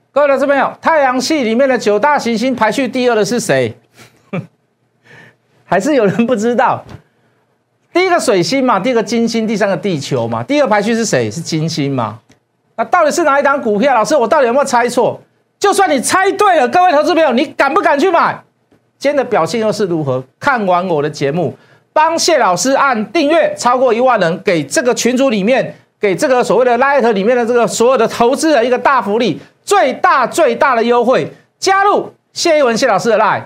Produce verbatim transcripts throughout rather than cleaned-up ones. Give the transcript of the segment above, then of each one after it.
各位投资朋友，太阳系里面的九大行星排序第二的是谁？还是有人不知道？第一个水星嘛，第二个金星，第三个地球嘛。第二排序是谁？是金星嘛？那到底是哪一档股票？老师，我到底有没有猜错？就算你猜对了，各位投资朋友，你敢不敢去买？今天的表现又是如何？看完我的节目，帮谢老师按订阅，超过一万人，给这个群组里面，给这个所谓的 Light 里面的这个所有的投资人一个大福利，最大最大的优惠，加入谢一文谢老师的 Light。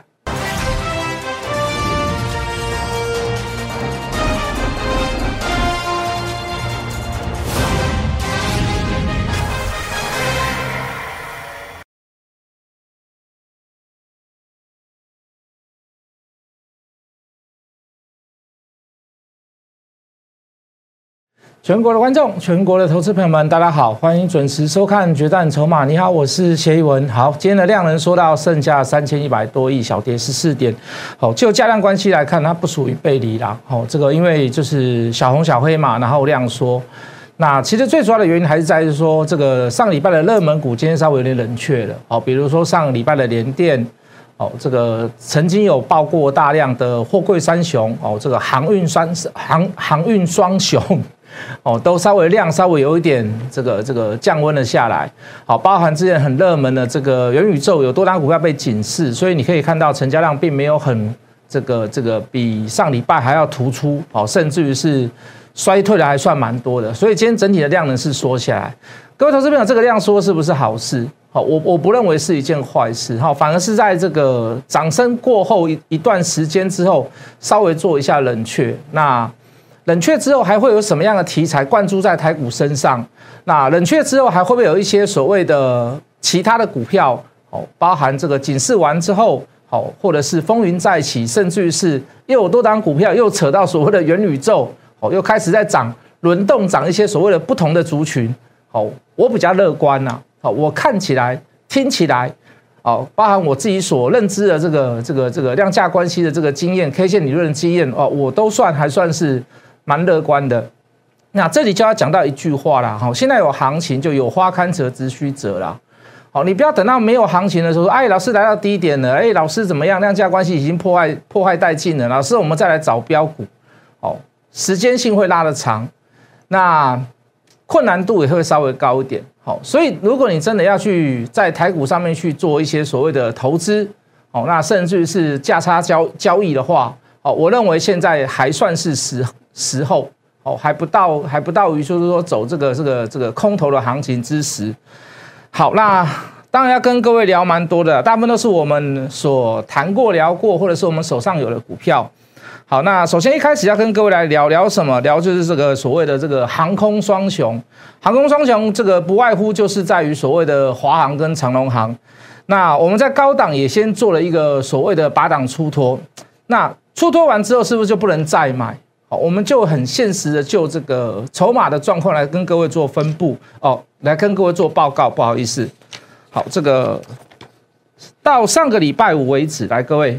全国的观众，全国的投资朋友们，大家好，欢迎准时收看《决战筹码》。你好，我是谢一文。好，今天的量能说到剩下三千一百多亿，小跌十四点。好，就价量关系来看，它不属于背离啦。好，这个因为就是小红小黑嘛，然后量缩。那其实最主要的原因还是在于说，这个上礼拜的热门股今天稍微有点冷却了。好，比如说上礼拜的联电。哦，这个曾经有爆过大量的货柜三雄，哦，这个航运双航航运双雄，哦，都稍微量稍微有一点这个这个降温了下来。好，包含之前很热门的这个元宇宙，有多单股票被警示，所以你可以看到成交量并没有很这个这个比上礼拜还要突出，哦，甚至于是衰退的还算蛮多的。所以今天整体的量能是缩下来。各位投资朋友，这个量缩是不是好事？好，我我不认为是一件坏事，好，反而是在这个涨升过后一一段时间之后，稍微做一下冷却。那冷却之后还会有什么样的题材灌注在台股身上？那冷却之后还会不会有一些所谓的其他的股票？哦，包含这个警示完之后，好，或者是风云再起，甚至于是又有多档股票又扯到所谓的元宇宙，哦，又开始在涨，轮动涨一些所谓的不同的族群。好，我比较乐观呐。好，我看起来、听起来，哦，包含我自己所认知的这个、这个、这个量价关系的这个经验、K 线理论的经验，哦，我都算还算是蛮乐观的。那这里就要讲到一句话啦，好，现在有行情就有花堪折直须折啦。好，你不要等到没有行情的时候，哎，老师来到低点了，哎，老师怎么样？量价关系已经破坏破坏殆尽了，老师我们再来找标股，哦，时间性会拉得长，那困难度也会稍微高一点。好，所以如果你真的要去在台股上面去做一些所谓的投资，哦，那甚至是价差交交易的话，哦，我认为现在还算是时时候，哦，还不到还不到于就是说走这个这个这个空头的行情之时。好，那当然要跟各位聊蛮多的，大部分都是我们所谈过聊过，或者是我们手上有的股票。好，那首先一开始要跟各位来聊聊什么？聊就是这个所谓的这个航空双雄。航空双雄这个不外乎就是在于所谓的华航跟长荣航。那我们在高档也先做了一个所谓的拔档出脱。那出脱完之后是不是就不能再买？好，我们就很现实的就这个筹码的状况来跟各位做分布哦，来跟各位做报告。不好意思，好，这个到上个礼拜五为止，来各位。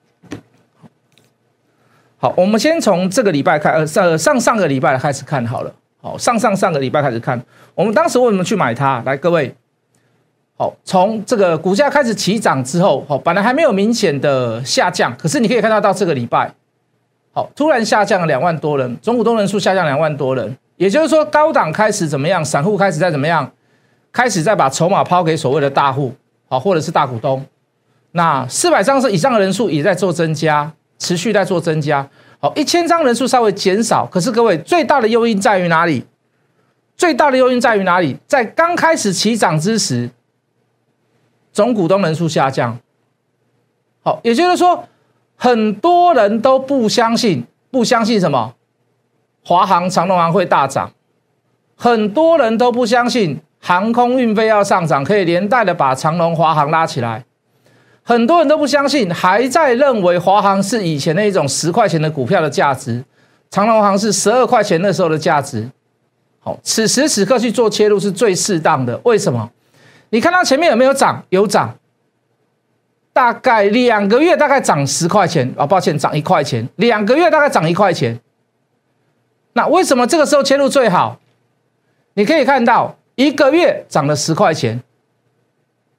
好，我们先从这个礼拜开，呃，上上上个礼拜开始看好了。好，上上上个礼拜开始看，我们当时为什么去买它？来，各位，好，从这个股价开始起涨之后，好，本来还没有明显的下降，可是你可以看到到这个礼拜，好，突然下降了两万多人，总股东人数下降两万多人，也就是说高档开始怎么样，散户开始在怎么样，开始在把筹码抛给所谓的大户，好，或者是大股东，那四百张以上的人数也在做增加，持续在做增加。好，一千张人数稍微减少，可是各位最大的诱因在于哪里？最大的诱因在于哪里？在刚开始起涨之时，总股东人数下降。好，也就是说，很多人都不相信，不相信什么？华航、长荣航会大涨，很多人都不相信航空运费要上涨，可以连带的把长荣、华航拉起来。很多人都不相信，还在认为华航是以前那一种十块钱的股票的价值，长荣航是十二块钱那时候的价值。好，此时此刻去做切入是最适当的。为什么？你看它前面有没有涨？有涨，大概两个月大概涨十块钱啊，抱歉，涨一块钱，两个月大概涨一块钱。那为什么这个时候切入最好？你可以看到一个月涨了十块钱。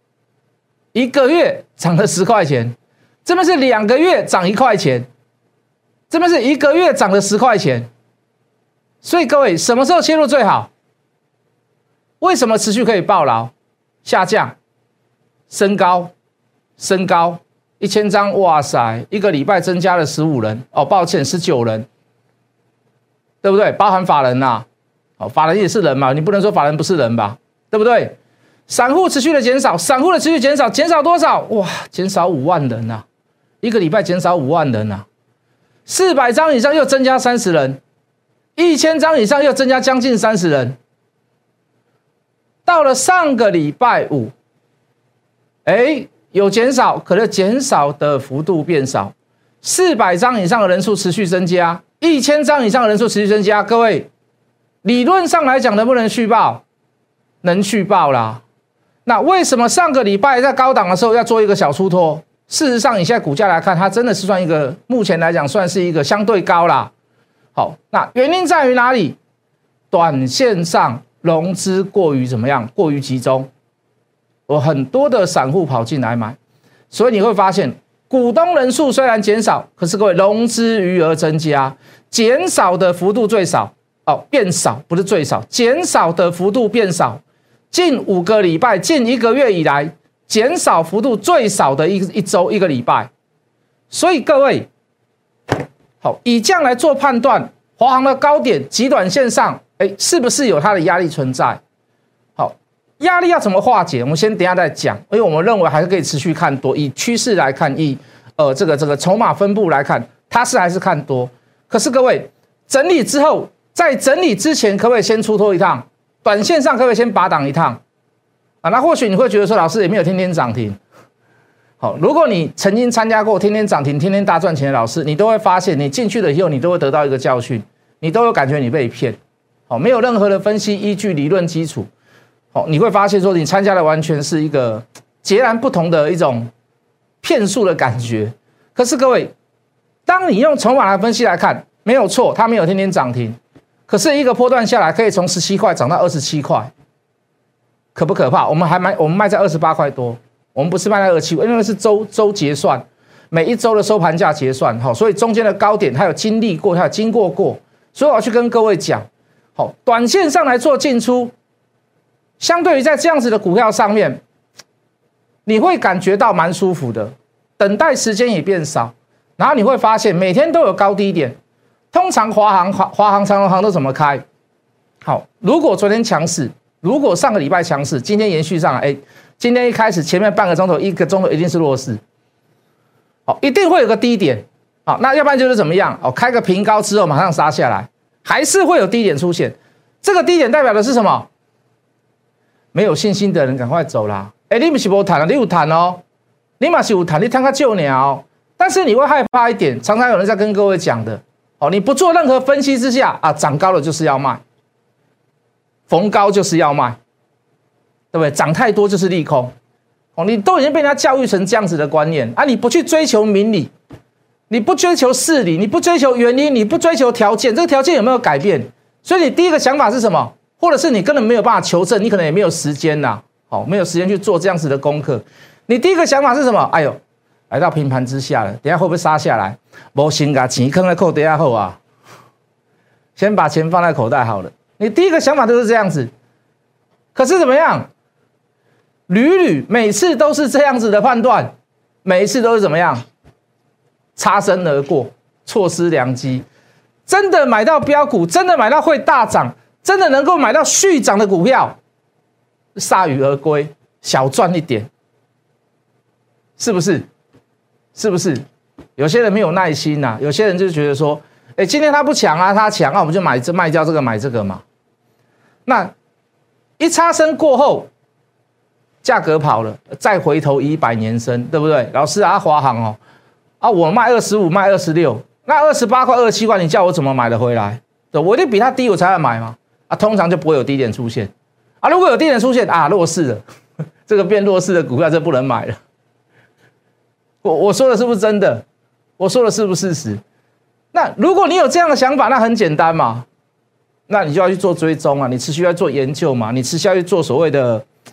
一个月涨了十块钱，这边是两个月涨一块钱，这边是一个月涨了十块钱。所以各位，什么时候切入最好？为什么持续可以抱牢？下降、升高、升高，一千张，哇塞，一个礼拜增加了十五人哦，抱歉，十九人，对不对？包含法人呐、啊，哦，法人也是人嘛，你不能说法人不是人吧，对不对？散户持续的减少，散户的持续减少，减少多少？哇，减少五万人呐、啊，一个礼拜减少五万人呐、啊，四百张以上又增加三十人。一千张以上又增加将近三十人，到了上个礼拜五，哎，有减少，可是减少的幅度变少。四百张以上的人数持续增加，一千张以上的人数持续增加。各位，理论上来讲，能不能续报？能续报啦。那为什么上个礼拜在高档的时候要做一个小出脱？事实上，你现在股价来看，它真的是算一个，目前来讲算是一个相对高啦。好，那原因在于哪里？短线上融资过于怎么样？过于集中，有很多的散户跑进来买，所以你会发现，股东人数虽然减少，可是各位融资余额增加，减少的幅度最少哦，变少不是最少，减少的幅度变少，近五个礼拜、近一个月以来，减少幅度最少的一一周、一个礼拜，所以各位。好，以这样来做判断，华航的高点极短线上，哎，是不是有它的压力存在？好，压力要怎么化解？我们先等一下再讲，因为我们认为还是可以持续看多。以趋势来看，以呃这个这个筹码分布来看，它是还是看多。可是各位整理之后，在整理之前，可不可以先出脱一趟？短线上可不可以先拔档一趟？啊，那或许你会觉得说，老师也没有天天涨停。好，如果你曾经参加过天天涨停、天天大赚钱的老师，你都会发现，你进去了以后，你都会得到一个教训，你都有感觉你被骗。好，没有任何的分析依据、理论基础。好，你会发现说，你参加的完全是一个截然不同的一种骗术的感觉。可是各位，当你用筹码来分析来看，没有错，它没有天天涨停，可是一个波段下来，可以从十七块涨到二十七块，可不可怕？我们还卖，我们卖在二十八块多。我们不是卖在二十七，因为是周周结算，每一周的收盘价结算，好，所以中间的高点它有经历过，它有经过过，所以我要去跟各位讲，好，短线上来做进出，相对于在这样子的股票上面，你会感觉到蛮舒服的，等待时间也变少，然后你会发现每天都有高低点，通常华航、华华航、长荣航都怎么开？好，如果昨天强势，如果上个礼拜强势，今天延续上来，哎。今天一开始前面半个钟头一个钟头一定是弱势，好，一定会有个低点，好，那要不然就是怎么样？哦，开个平高之后马上杀下来，还是会有低点出现。这个低点代表的是什么？没有信心的人赶快走啦！哎，你不是没谈了，你有谈哦，你嘛是有谈，你谈个旧年哦。但是你会害怕一点，常常有人在跟各位讲的，哦，你不做任何分析之下啊，涨高了就是要卖，逢高就是要卖。对不对？涨太多就是利空，哦，你都已经被人家教育成这样子的观念啊！你不去追求明理，你不追求事理，你不追求原因，你不追求条件，这个条件有没有改变？所以你第一个想法是什么？或者是你根本没有办法求证，你可能也没有时间呐，好，没有时间去做这样子的功课。你第一个想法是什么？哎呦，来到平盘之下了，等一下会不会杀下来？没心啊，钱放在口袋后啊，先把钱放在口袋好了。你第一个想法就是这样子，可是怎么样？屡屡每次都是这样子的判断，每一次都是怎么样？擦身而过，错失良机。真的买到标股，真的买到会大涨，真的能够买到续涨的股票，铩羽而归，小赚一点，是不是？是不是？有些人没有耐心呐、啊，有些人就觉得说，哎，今天他不强啊，他强啊，我们就买这卖掉这个买这个嘛。那一擦身过后。价格跑了，再回头一百年生，对不对？老师啊，华航哦，啊，我卖二十五，卖二十六，那二十八块、二十七块，你叫我怎么买得回来？对，我一定比它低，我才要买嘛。啊，通常就不会有低点出现。啊，如果有低点出现，啊，弱势了，这个变弱势的股票就不能买了。我我说的是不是真的？我说的是不是事实？那如果你有这样的想法，那很简单嘛，那你就要去做追踪啊，你持续要做研究嘛，你持续要去做所谓的。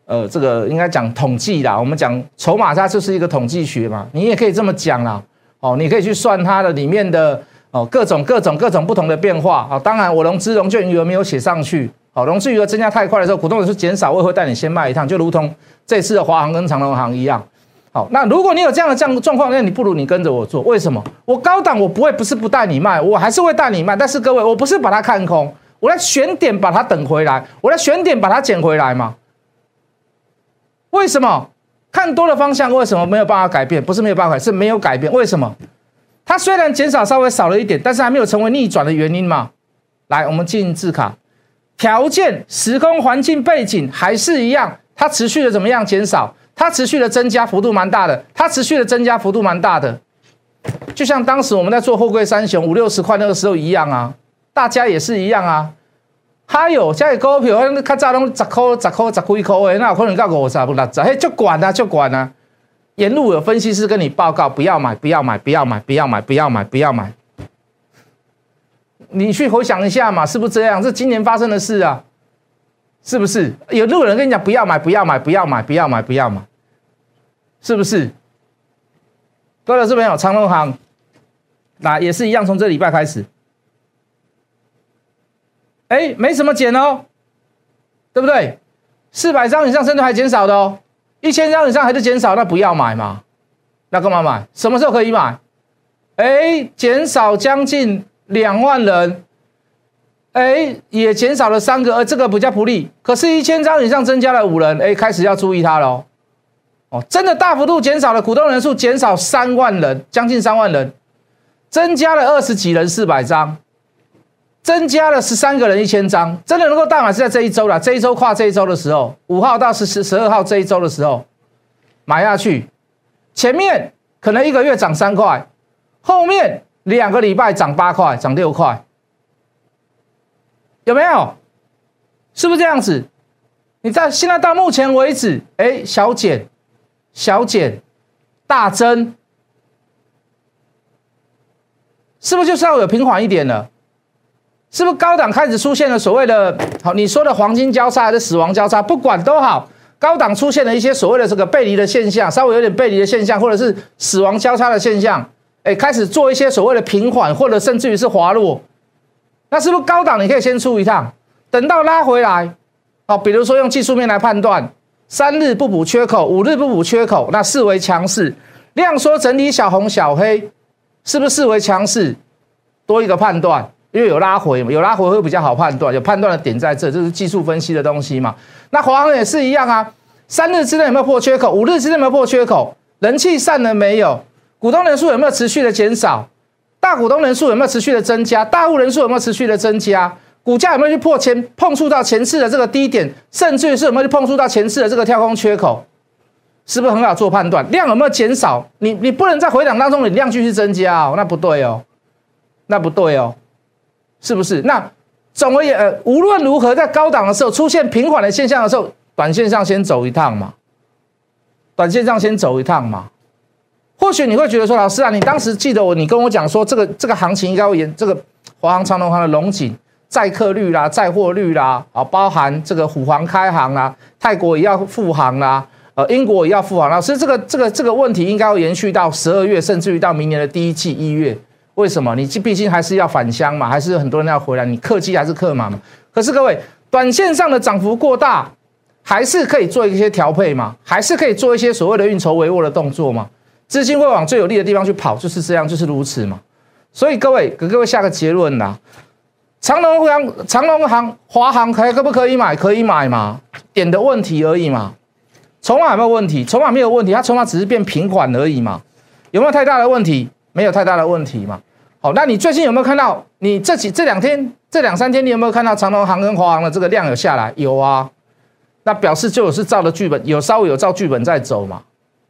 呃，这个应该讲统计啦，我们讲筹码它就是一个统计学嘛，你也可以这么讲啦。哦，你可以去算它的里面的哦各种各种各种不同的变化。好、哦，当然我融资融券余额没有写上去。好、哦，融资余额增加太快的时候，股东人数减少，我也会带你先卖一趟，就如同这次的华航跟长荣航一样。好，那如果你有这样的这样的状况，那你不如你跟着我做。为什么？我高档我不会不是不带你卖，我还是会带你卖。但是各位，我不是把它看空，我来选点把它等回来，我来选点把它捡回来嘛。为什么看多的方向为什么没有办法改变？不是没有办法，是没有改变。为什么？它虽然减少稍微少了一点，但是还没有成为逆转的原因嘛。来，我们进字卡，条件、时空环境背景还是一样，它持续的怎么样减少？它持续的增加幅度蛮大的，它持续的增加幅度蛮大的。就像当时我们在做货柜三雄五六十块那个时候一样啊，大家也是一样啊。还有这个股票，较早拢十块、十块、十几块的，那有可能到五十、六十，嘿，就管啊，就管啊。沿路有分析师跟你报告，不要买，不要买，不要买，不要买，不要买，不要买。你去回想一下嘛，是不是这样？这今年发生的事啊，是不是？有路人跟你讲不要买，不要买，不要买，不要买，不要买，是不是？各位投资朋友，长荣航，那也是一样，从这礼拜开始。哎，没什么减哦，对不对？四百张以上甚至还减少的哦，一千张以上还是减少，那不要买嘛？那干嘛买？什么时候可以买？哎，减少将近两万人，哎，也减少了三个，而这个比较不利。可是，一千张以上增加了五人，哎，开始要注意它喽。哦，真的大幅度减少了股东人数，减少三万人，将近三万人，增加了二十几人，四百张。增加了十三个人一千张，真的能够大买是在这一周了。这一周跨这一周的时候，五号到十十十二号这一周的时候买下去，前面可能一个月涨三块，后面两个礼拜涨八块，涨六块，有没有？是不是这样子？你在现在到目前为止，哎，小减、小减、大增，是不是就是要有平缓一点了？是不是高档开始出现了所谓的好你说的黄金交叉还是死亡交叉，不管都好，高档出现了一些所谓的这个背离的现象，稍微有点背离的现象，或者是死亡交叉的现象，哎，开始做一些所谓的平缓，或者甚至于是滑落，那是不是高档你可以先出一趟，等到拉回来，哦，比如说用技术面来判断，三日不补缺口，五日不补缺口，那视为强势，量缩整理小红小黑，是不是视为强势？多一个判断。因为有拉回嘛，有拉回会比较好判断，有判断的点在这，这是技术分析的东西嘛。那华航也是一样啊，三日之内有没有破缺口？五日之内有没有破缺口？人气散了没有？股东人数有没有持续的减少？大股东人数有没有持续的增加？大户人数有没有持续的增加？股价有没有去破前碰触到前次的这个低点？甚至于是有没有去碰触到前次的这个跳空缺口？是不是很好做判断？量有没有减少？你你不能在回档当中你量继续增加哦，那不对哦，那不对哦。是不是？那总而言呃，无论如何，在高档的时候出现平缓的现象的时候，短线上先走一趟嘛，短线上先走一趟嘛。或许你会觉得说，老师啊，你当时记得我，你跟我讲说，这个这个行情应该会演这个华航、长荣航的龙井载客率啦、载货率啦，啊，包含这个虎航开航啦，泰国也要复航啦，呃，英国也要复航啦。所以这个这个这个问题应该会延续到十二月，甚至于到明年的第一季一月。为什么？你毕竟还是要返乡嘛，还是很多人要回来，你客机还是客满嘛。可是各位，短线上的涨幅过大，还是可以做一些调配嘛，还是可以做一些所谓的运筹帷幄的动作嘛。资金会往最有利的地方去跑，就是这样，就是如此嘛。所以各位，给各位下个结论啦：长荣航、长荣航、华航还可不可以买？可以买嘛，点的问题而已嘛。筹码有没有问题？筹码没有问题，它筹码只是变平缓而已嘛。有没有太大的问题？没有太大的问题嘛。好，那你最近有没有看到？你这几这两天、这两三天，你有没有看到长荣航跟华航的这个量有下来？有啊，那表示就有是照的剧本，有稍微有照剧本在走嘛。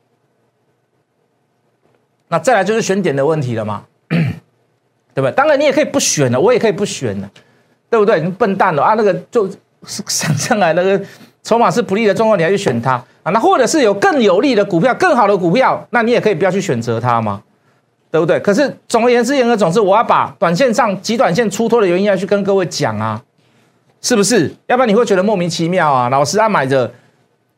那再来就是选点的问题了嘛，对不对？当然你也可以不选了，我也可以不选了，对不对？你笨蛋了啊，那个就想上来那个筹码是不利的状况，你还去选它啊？那或者是有更有利的股票、更好的股票，那你也可以不要去选择它嘛。对不对？可是总而言之，言而总之，我要把短线上极短线出脱的原因要去跟各位讲啊，是不是？要不然你会觉得莫名其妙啊。老师他买着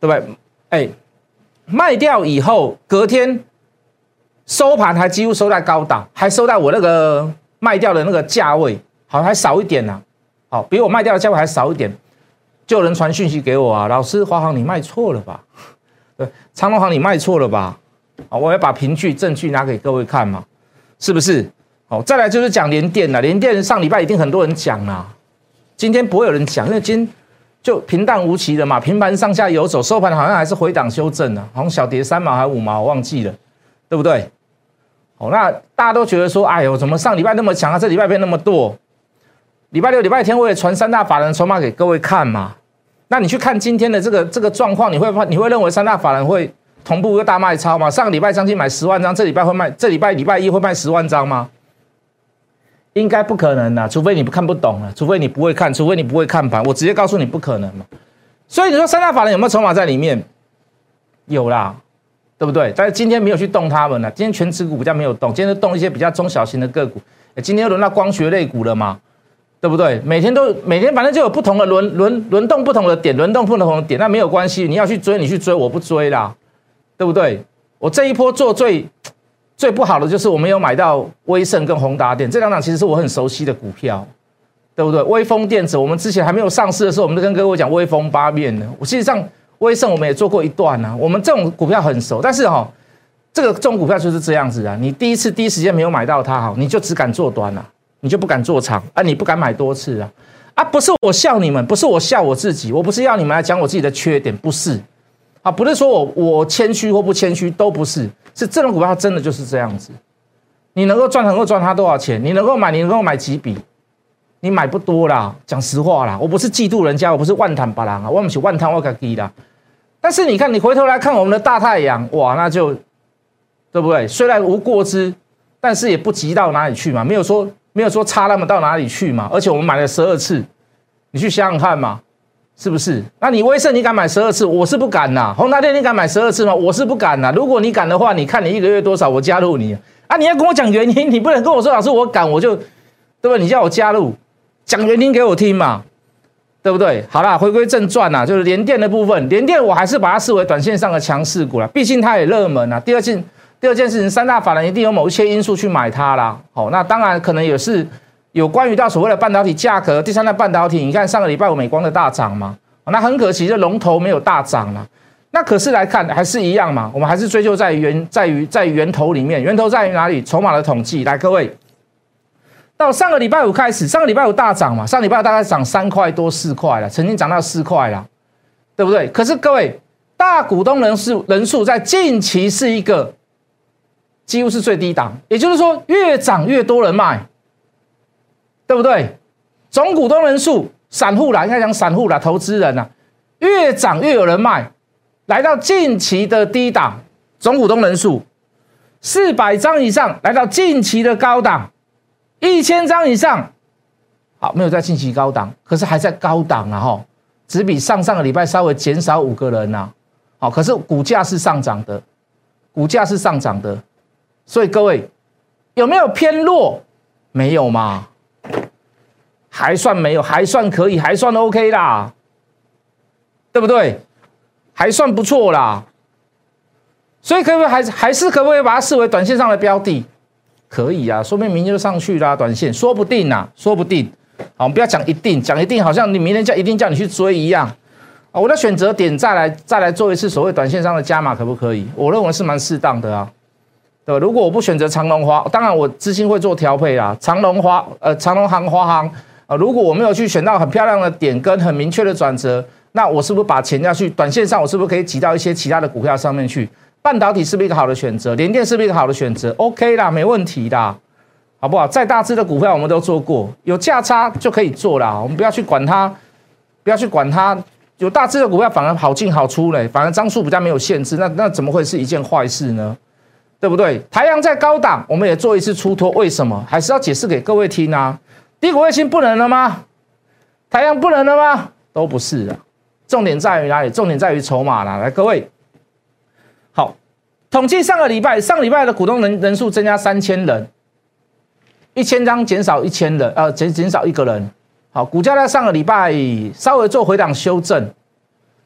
对不对？哎，卖掉以后，隔天收盘还几乎收在高档，还收在我那个卖掉的那个价位，好还少一点呐、啊，好比我卖掉的价位还少一点，就有人传讯息给我啊，老师，华航你卖错了吧？对，长荣航你卖错了吧？啊，我要把凭据证据拿给各位看嘛，是不是？好，再来就是讲联电了，联电上礼拜一定很多人讲啦，今天不会有人讲，因为今天就平淡无奇的嘛，平盘上下游走，收盘好像还是回档修正啊，好像小跌三毛还五毛，我忘记了，对不对？哦，那大家都觉得说，哎呦，怎么上礼拜那么强啊，这礼拜变那么多？礼拜六、礼拜天我也传三大法人筹码给各位看嘛。那你去看今天的这个这个状况，你会你会认为三大法人会同步一个大卖超吗？上个礼拜将近买十万张，这礼拜会卖，这礼拜礼拜一会卖十万张吗？应该不可能啦，除非你看不懂了，除非你不会看，除非你不会看盘，我直接告诉你不可能嘛。所以你说三大法人有没有筹码在里面？有啦，对不对？但是今天没有去动他们了，今天全指股比较没有动，今天就动一些比较中小型的个股。今天又轮到光学类股了嘛，对不对？每天都每天反正就有不同的轮轮轮动不同的点，轮动不同的点，那没有关系，你要去追你去追，我不追啦，对不对？我这一波做最。最不好的就是我没有买到威盛跟宏达电这两档，其实是我很熟悉的股票，对不对？威锋电子，我们之前还没有上市的时候，我们都跟各位讲威锋八面的。我事实上威盛我们也做过一段啊，我们这种股票很熟，但是哈、哦，这个这种股票就是这样子啊，你第一次第一时间没有买到它，好，你就只敢做短啊，你就不敢做长啊，你不敢买多次啊，啊，不是我笑你们，不是我笑我自己，我不是要你们来讲我自己的缺点，不是。啊，不是说我我谦虚或不谦虚都不是，是这种股票它真的就是这样子。你能够赚，能够赚它多少钱？你能够买，你能够买几笔？你买不多啦，讲实话啦，我不是嫉妒人家，我不是万谈别人啊，我不是万谈我自己啦。但是你看，你回头来看我们的大太阳，哇，那就对不对？虽然无过之，但是也不急到哪里去嘛，没有说没有说差那么到哪里去嘛。而且我们买了十二次，你去想想看嘛。是不是？那你威盛你敢买十二次？我是不敢呐。宏达电你敢买十二次吗？我是不敢呐。如果你敢的话，你看你一个月多少，我加入你啊！你要跟我讲原因，你不能跟我说老师我敢，我就对不对？你叫我加入，讲原因给我听嘛，对不对？好啦，回归正传啦，就是联电的部分，联电我还是把它视为短线上的强势股啦，毕竟它也热门啊。第二件第二件事情，三大法人一定有某一些因素去买它啦。好，那当然可能也是。有关于到所谓的半导体价格，第三代半导体，你看上个礼拜有美光的大涨嘛，那很可惜，这龙头没有大涨啦。那可是来看还是一样嘛，我们还是追究在源在于在源头里面，源头在于哪里？筹码的统计。来，各位，到上个礼拜五开始，上个礼拜五大涨嘛，上礼拜大概涨三块多四块了，曾经涨到四块啦，对不对？可是各位，大股东人数人数在近期是一个几乎是最低档，也就是说越涨越多人卖。对不对？总股东人数，散户啦，应该讲散户啦，投资人啦，越涨越有人卖，来到近期的低档，总股东人数四百张以上，来到近期的高档，一千张以上，好，没有在近期高档，可是还在高档啊，哈，只比上上个礼拜稍微减少五个人呐、啊，好，可是股价是上涨的，股价是上涨的，所以各位有没有偏弱？没有嘛。还算没有，还算可以，还算 OK 啦，对不对？还算不错啦，所以可不可以还还是可不可以把它视为短线上的标的？可以啊，说不定明天就上去啦，短线说不定啊，说不定。好，我们不要讲一定，讲一定好像你明天叫一定叫你去追一样啊。我的选择点再来再来做一次所谓短线上的加码，可不可以？我认为是蛮适当的啊。对，如果我不选择长荣华，当然我资金会做调配啦。长荣华呃长荣航华航。啊，如果我没有去选到很漂亮的点跟很明确的转折，那我是不是把钱要去短线上，我是不是可以挤到一些其他的股票上面去？半导体是不是一个好的选择？联电是不是一个好的选择 ？OK 啦，没问题啦，好不好？再大只的股票我们都做过，有价差就可以做啦。我们不要去管它，不要去管它。有大只的股票反而好进好出嘞，反而张数比较没有限制，那那怎么会是一件坏事呢？对不对？台阳在高档，我们也做一次出脱，为什么？还是要解释给各位听啊。低轨卫星不能了吗？台阳不能了吗？都不是啊。重点在于哪里？重点在于筹码啦。来，各位，好，统计上个礼拜，上个礼拜的股东人人数增加三千人，一千张减少一千人，呃，减减少一个人。好，股价在上个礼拜稍微做回档修正。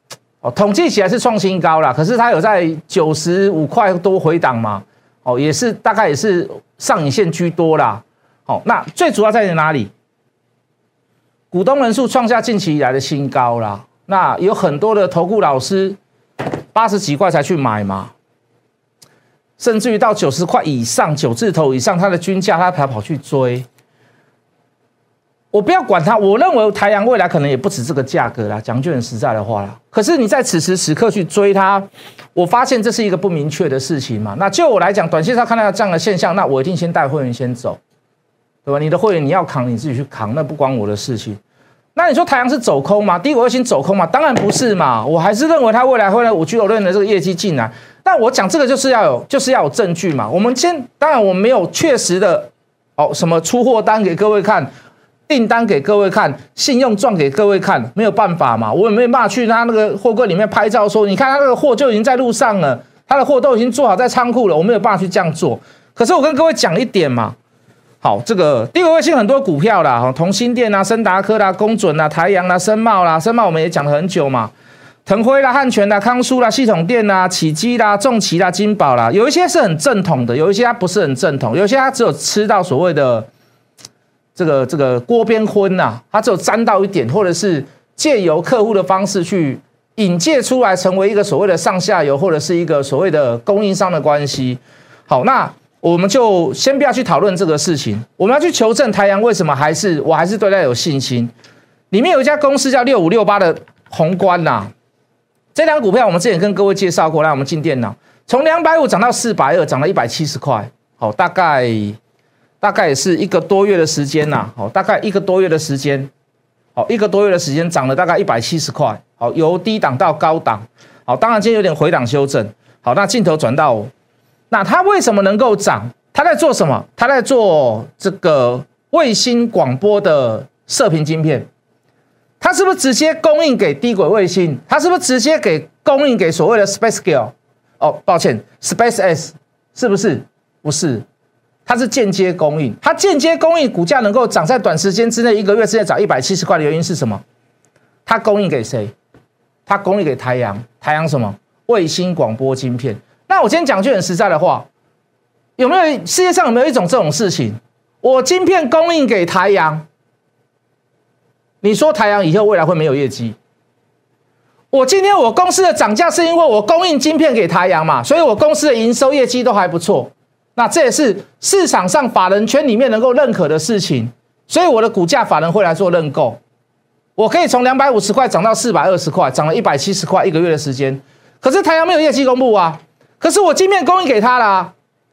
哦，统计起来是创新高啦，可是它有在九十五块多回档嘛，哦，也是大概也是上影线居多啦。好，那最主要在哪里？股东人数创下近期以来的新高啦。那有很多的投顾老师八十几块才去买嘛，甚至于到九十块以上、九字头以上，它的均价他才跑去追。我不要管它，我认为台阳未来可能也不止这个价格啦。讲句很实在的话啦，可是你在此时此刻去追它，我发现这是一个不明确的事情嘛。那就我来讲，短线上看到这样的现象，那我一定先带会员先走，对吧？你的会员你要扛你自己去扛，那不关我的事情。那你说台阳是走空吗？低轨卫星走空吗？当然不是嘛，我还是认为它未来会有五 G 六的这个业绩进来。但我讲这个就是要有，就是要有证据嘛。我们先，当然我没有确实的哦，什么出货单给各位看。订单给各位看，信用状给各位看，没有办法嘛，我也没有办法去他那个货柜里面拍照说，你看他那个货就已经在路上了，他的货都已经做好在仓库了，我没有办法去这样做。可是我跟各位讲一点嘛，好，这个低轨卫星很多股票啦，同心电啦、森达科啦、工准啦、台阳啦、深茂啦，深茂我们也讲了很久嘛，腾辉啦、汉泉啦、康舒啦、系统电啦、启基啦、重旗啦、金宝啦，有一些是很正统的，有一些它不是很正统，有一些它只有吃到所谓的。这个这个锅边荤呐、啊，它只有沾到一点，或者是借由客户的方式去引介出来，成为一个所谓的上下游，或者是一个所谓的供应商的关系。好，那我们就先不要去讨论这个事情，我们要去求证台阳为什么还是我还是对它有信心。里面有一家公司叫六五六八的宏观呐、啊，这两股票我们之前跟各位介绍过，来我们进电脑，从两百五涨到四百二，涨了一百七十块，好，大概。大概也是一个多月的时间呐、啊，好，大概一个多月的时间，好，一个多月的时间涨了大概一百七十块，好，由低档到高档，好，当然今天有点回档修正，好，那镜头转到我，那它为什么能够涨？它在做什么？它在做这个卫星广播的射频晶片，它是不是直接供应给低轨卫星？它是不是直接给供应给所谓的 SpaceX？ 哦，抱歉 ，SpaceX 是不是？不是。它是间接供应，它间接供应股价能够涨在短时间之内，一个月之内涨一百七十块的原因是什么？它供应给谁？它供应给台阳，台阳什么？卫星广播晶片。那我今天讲句很实在的话，有没有世界上有没有一种这种事情？我晶片供应给台阳，你说台阳以后未来会没有业绩？我今天我公司的涨价是因为我供应晶片给台阳嘛，所以我公司的营收业绩都还不错。那这也是市场上法人圈里面能够认可的事情，所以我的股价法人会来做认购，我可以从两百五十块涨到四百二十块，涨了一百七十块，一个月的时间。可是台阳没有业绩公布啊，可是我晶片供应给他了啊，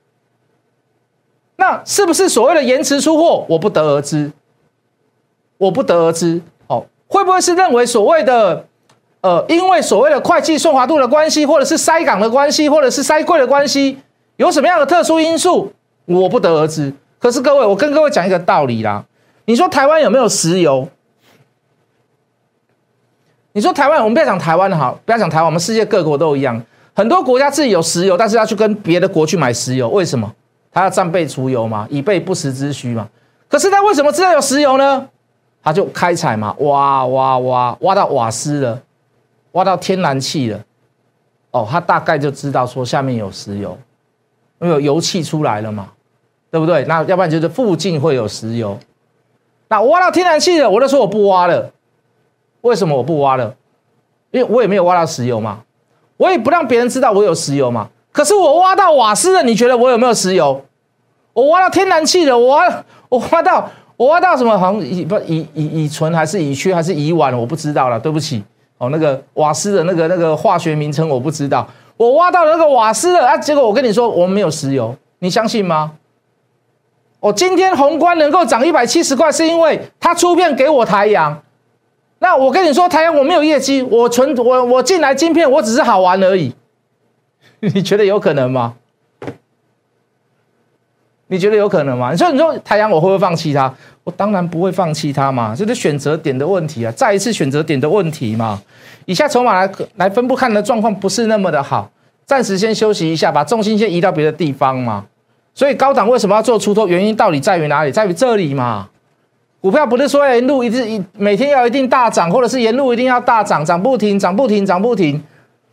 那是不是所谓的延迟出货？我不得而知，我不得而知。哦，会不会是认为所谓的呃，因为所谓的会计顺滑度的关系，或者是塞港的关系，或者是塞柜的关系？有什么样的特殊因素，我不得而知。可是各位，我跟各位讲一个道理啦。你说台湾有没有石油？你说台湾，我们不要讲台湾好，不要讲台湾，我们世界各国都一样。很多国家自己有石油，但是要去跟别的国去买石油，为什么？他要战备储油嘛，以备不时之需嘛。可是他为什么知道有石油呢？他就开采嘛，挖挖挖，挖到瓦斯了，挖到天然气了。哦，他大概就知道说下面有石油。因为有油气出来了嘛，对不对？那要不然就是附近会有石油。那我挖到天然气了，我就说我不挖了。为什么我不挖了？因为我也没有挖到石油嘛，我也不让别人知道我有石油嘛。可是我挖到瓦斯了，你觉得我有没有石油？我挖到天然气了，我挖我挖到我挖到什么？好像乙不乙乙乙醇还是乙炔还是乙烷，我不知道了，对不起。哦，那个瓦斯的那个那个化学名称我不知道。我挖到了那个瓦斯了啊！结果我跟你说，我们没有石油，你相信吗？我今天宏观能够涨一百七十块，是因为他出片给我台阳。那我跟你说，台阳我没有业绩，我纯我我进来晶片，我只是好玩而已。你觉得有可能吗？你觉得有可能吗？你说你说台阳我会不会放弃它？我当然不会放弃它嘛，这是选择点的问题啊，再一次选择点的问题嘛。以下筹码来来分布看的状况不是那么的好，暂时先休息一下，把重心先移到别的地方嘛。所以高档为什么要做出脱？原因到底在于哪里？在于这里嘛。 股票不是说沿路一定每天要一定大涨，或者是沿路一定要大涨，涨不停，涨不停，涨不停。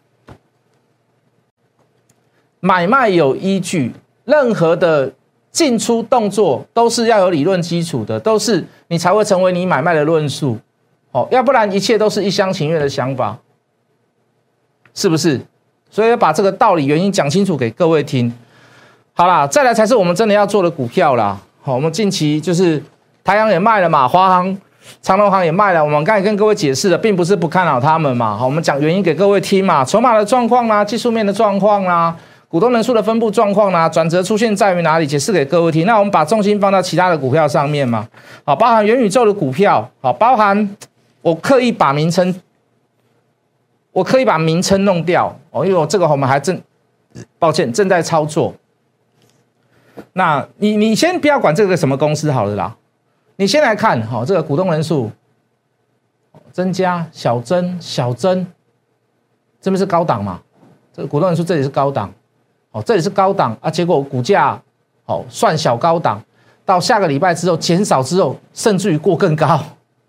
买卖有依据，任何的进出动作都是要有理论基础的，都是你才会成为你买卖的论述。哦，要不然一切都是一厢情愿的想法，是不是？所以要把这个道理原因讲清楚给各位听。好啦，再来才是我们真的要做的股票啦。好，我们近期就是台阳也卖了嘛，华航、长荣航也卖了。我们刚才跟各位解释的，并不是不看好他们嘛。好，我们讲原因给各位听嘛，筹码的状况啦，技术面的状况啦，股东人数的分布状况啦，转折出现在于哪里，解释给各位听。那我们把重心放到其他的股票上面嘛。好，包含元宇宙的股票，好，包含我刻意把名称。我刻意把名称弄掉哦，因为我这个我们还正，抱歉正在操作。那你你先不要管这个什么公司好了啦，你先来看好、哦、这个股东人数增加，小增小增，这边是高档嘛？这个股东人数这里是高档，哦，这里是高档啊，结果股价哦算小高档，到下个礼拜之后减少之后，甚至于过更高，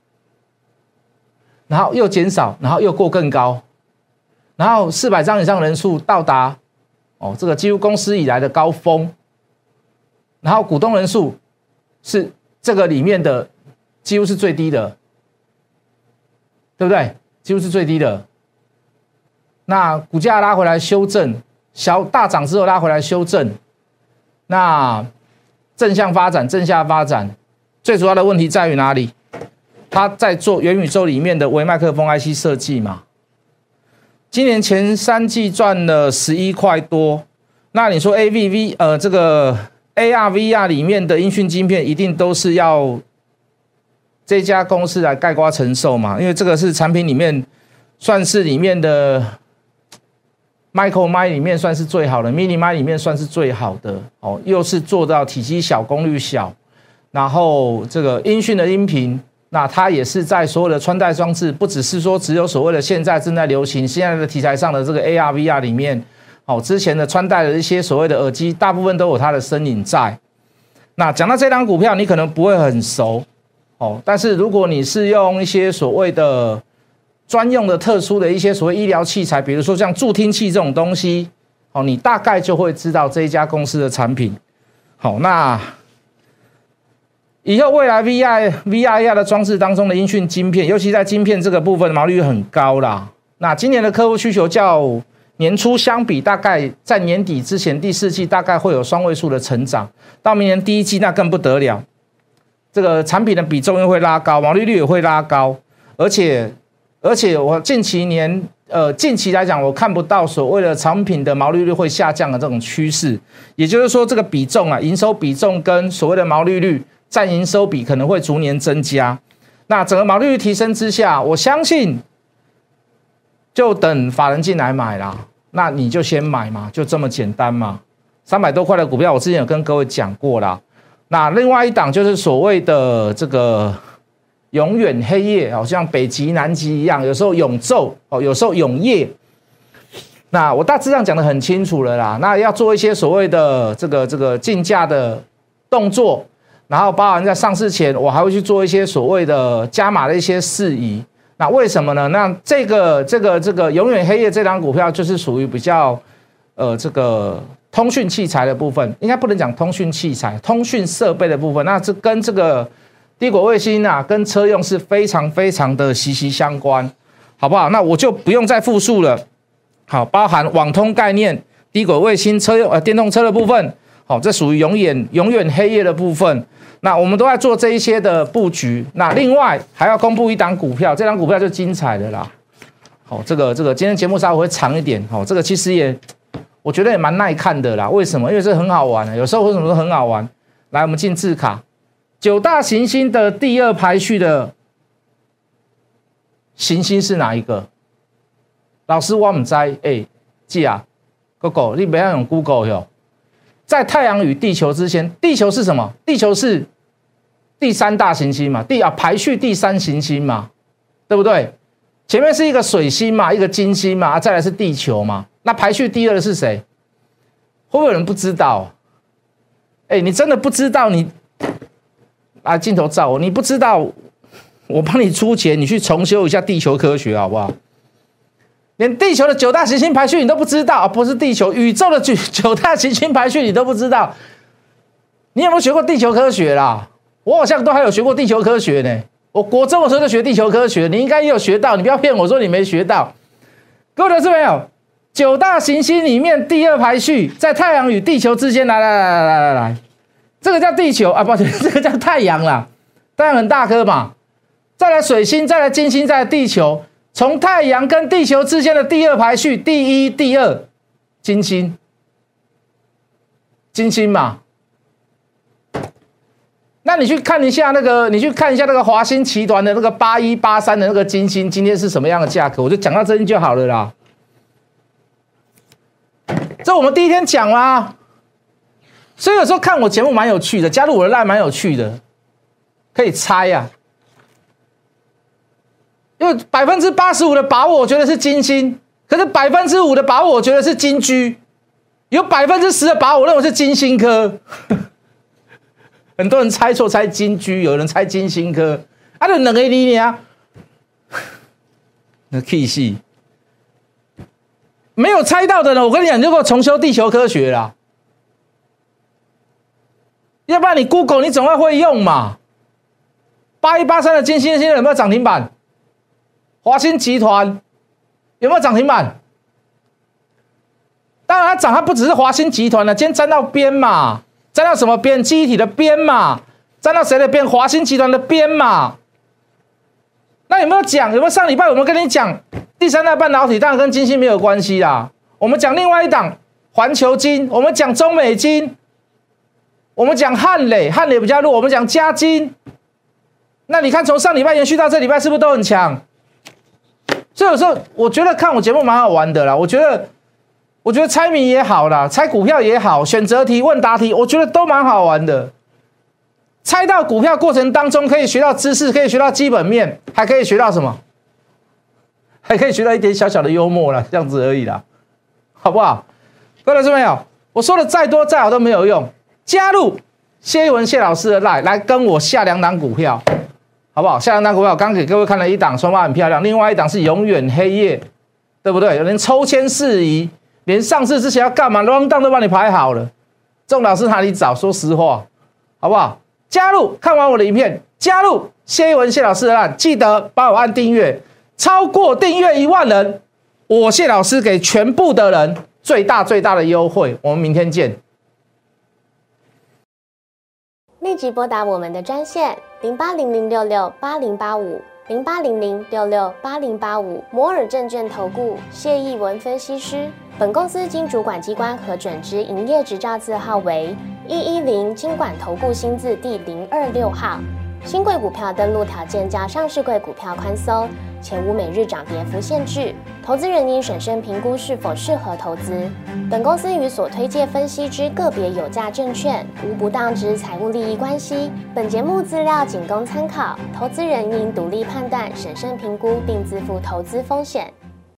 然后又减少，然后又过更高。然后四百张以上人数到达哦，这个几乎公司以来的高峰。然后股东人数是这个里面的几乎是最低的，对不对？几乎是最低的。那股价拉回来修正，小大涨之后拉回来修正，那正向发展，正向发展，最主要的问题在于哪里？他在做元宇宙里面的微麦克风 I C 设计嘛。今年前三季赚了十一块多，那你说 A V V 呃这个 A R V R 里面的音讯晶片一定都是要这家公司来概括承受嘛？因为这个是产品里面算是里面的 Micro 麦里面算是最好的 ，Mini 麦里面算是最好的哦，又是做到体积小、功率小，然后这个音讯的音频。那它也是在所有的穿戴装置，不只是说只有所谓的现在正在流行、现在的题材上的这个 A R V R 里面，哦，之前的穿戴的一些所谓的耳机，大部分都有它的身影在。那讲到这张股票，你可能不会很熟，哦，但是如果你是用一些所谓的专用的、特殊的一些所谓医疗器材，比如说像助听器这种东西，哦，你大概就会知道这一家公司的产品。好，那。以后未来 V R V R 的装置当中的音讯晶片，尤其在晶片这个部分毛利率很高啦。那今年的客户需求较年初相比，大概在年底之前第四季大概会有双位数的成长，到明年第一季那更不得了。这个产品的比重又会拉高，毛利率也会拉高，而且而且我近期年呃近期来讲，我看不到所谓的产品的毛利率会下降的这种趋势。也就是说，这个比重啊，营收比重跟所谓的毛利率。占营收比可能会逐年增加，那整个毛利率提升之下，我相信就等法人进来买啦，那你就先买嘛，就这么简单嘛。三百多块的股票，我之前有跟各位讲过啦。那另外一档就是所谓的这个永远黑夜，好像北极南极一样，有时候永昼哦，有时候永夜。那我大致上讲得很清楚了啦。那要做一些所谓的这个这个竞价的动作。然后包含在上市前，我还会去做一些所谓的加码的一些事宜。那为什么呢？那这个这个这个永远黑夜这档股票就是属于比较呃这个通讯器材的部分，应该不能讲通讯器材，通讯设备的部分。那这跟这个低轨卫星啊，跟车用是非常非常的息息相关，好不好？那我就不用再复述了。好，包含网通概念、低轨卫星、车用呃电动车的部分，好，这属于永远永远黑夜的部分。那我们都在做这一些的布局，那另外还要公布一档股票，这档股票就精彩的啦。好，这个这个今天节目稍微会长一点，好，这个其实也我觉得也蛮耐看的啦。为什么？因为这很好玩的，有时候为什么说很好玩？来，我们进字卡，九大行星的第二排序的行星是哪一个？老师我不知道，哎，记啊 ，Google， 你不要用 Google 哟。在太阳与地球之间，地球是什么？地球是第三大行星嘛，第啊排序第三行星嘛，对不对？前面是一个水星嘛，一个金星嘛，啊、再来是地球嘛。那排序第二的是谁？会不会有人不知道？哎，你真的不知道？你来镜头照我，你不知道，我帮你出钱，你去重修一下地球科学好不好？连地球的九大行星排序你都不知道，啊、不是地球宇宙的九九大行星排序你都不知道，你有没有学过地球科学啦？我好像都还有学过地球科学呢。我国中的时候就学地球科学，你应该也有学到，你不要骗我说你没学到。各位投资朋友，九大行星里面第二排序在太阳与地球之间，来来来来来来来，这个叫地球啊，抱歉，这个叫太阳啦。太阳很大颗嘛，再来水星，再来金星，再来地球，从太阳跟地球之间的第二排序，第一、第二，金星，金星嘛。那你去看一下那个，你去看一下那个华兴集团的那个八一八三的那个金星，今天是什么样的价格？我就讲到这边就好了啦。这我们第一天讲啦，所以有时候看我节目蛮有趣的，加入我的 LINE 蛮有趣的，可以猜呀、啊。因为百分之八十五的把握，我觉得是金星，可是百分之五的把握，我觉得是金居，有百分之十的把握，我认为是金星科。很多人猜错，猜金居，有人猜金星科，啊，就两个你呢，那气死！没有猜到的呢，我跟你讲，你就给我重修地球科学啦，要不然你 Google 你总要会用嘛。八一八三的金星现在有没有涨停板？华兴集团有没有涨停板？当然它涨，它不只是华兴集团了，今天沾到边嘛。沾到什么边？记忆体的边嘛，沾到谁的边？华兴集团的边嘛。那有没有讲？有没有上礼拜我们跟你讲第三代半导体？当然跟金星没有关系啦。我们讲另外一档环球金，我们讲中美金，我们讲汉磊，汉磊比较弱，我们讲嘉金。那你看从上礼拜延续到这礼拜，是不是都很强？所以有时候我觉得看我节目蛮好玩的啦，我觉得。我觉得猜谜也好啦，猜股票也好，选择题、问答题，我觉得都蛮好玩的。猜到股票过程当中，可以学到知识，可以学到基本面，还可以学到什么？还可以学到一点小小的幽默啦，这样子而已啦，好不好？各位同志们有，我说的再多再好都没有用，加入谢一文谢老师的 LINE 来跟我下两档股票，好不好？下两档股票，刚给各位看了一档，双方很漂亮，另外一档是永远黑夜，对不对？有人抽签事宜。连上市之前要干嘛 ，round down 都帮你排好了。这种老师哪里找？说实话，好不好？加入看完我的影片，加入谢一文谢老师的 LINE， 记得帮我按订阅。超过订阅一万人，我谢老师给全部的人最大最大的优惠。我们明天见。 立即拨打我们的专线零八零零六六八零八五。零八零零六六八零八五摩尔证券投顾谢一文分析师，本公司经主管机关核准之营业执照字号为一一零金管投顾新字第零二六号。新贵股票登录条件较上市贵股票宽松，且无每日涨跌幅限制。投资人应审慎评估是否适合投资。本公司与所推介分析之个别有价证券无不当之财务利益关系。本节目资料仅供参考，投资人应独立判断、审慎评估，并自负投资风险。